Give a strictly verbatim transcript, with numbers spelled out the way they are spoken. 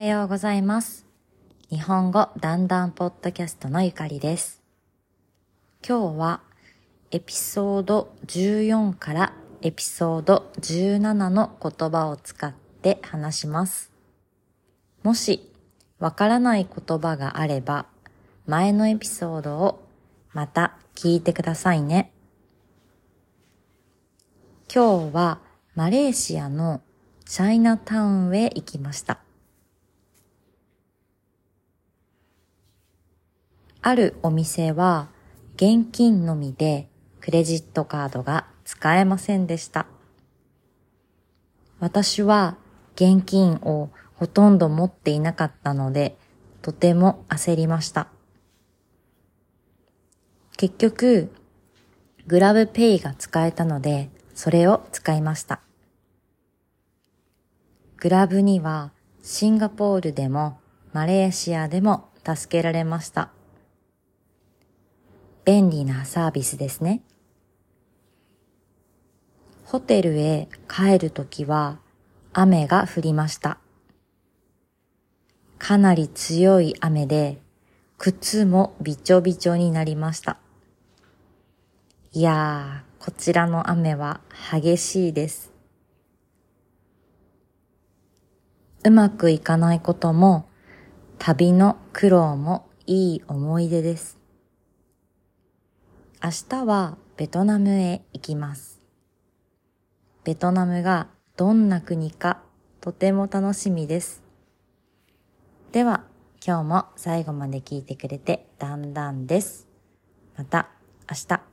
おはようございます。日本語だんだんポッドキャストのゆかりです。今日はエピソードじゅうよんからエピソードじゅうななの言葉を使って話します。もしわからない言葉があれば前のエピソードをまた聞いてくださいね。今日はマレーシアのチャイナタウンへ行きました。あるお店は現金のみでクレジットカードが使えませんでした。私は現金をほとんど持っていなかったので、とても焦りました。結局、グラブペイが使えたので、それを使いました。グラブにはシンガポールでもマレーシアでも助けられました。便利なサービスですね。ホテルへ帰るときは雨が降りました。かなり強い雨で靴もびちょびちょになりました。いやー、こちらの雨は激しいです。うまくいかないことも旅の苦労もいい思い出です。明日はベトナムへ行きます。ベトナムがどんな国かとても楽しみです。では、今日も最後まで聞いてくれてだんだんです。また明日。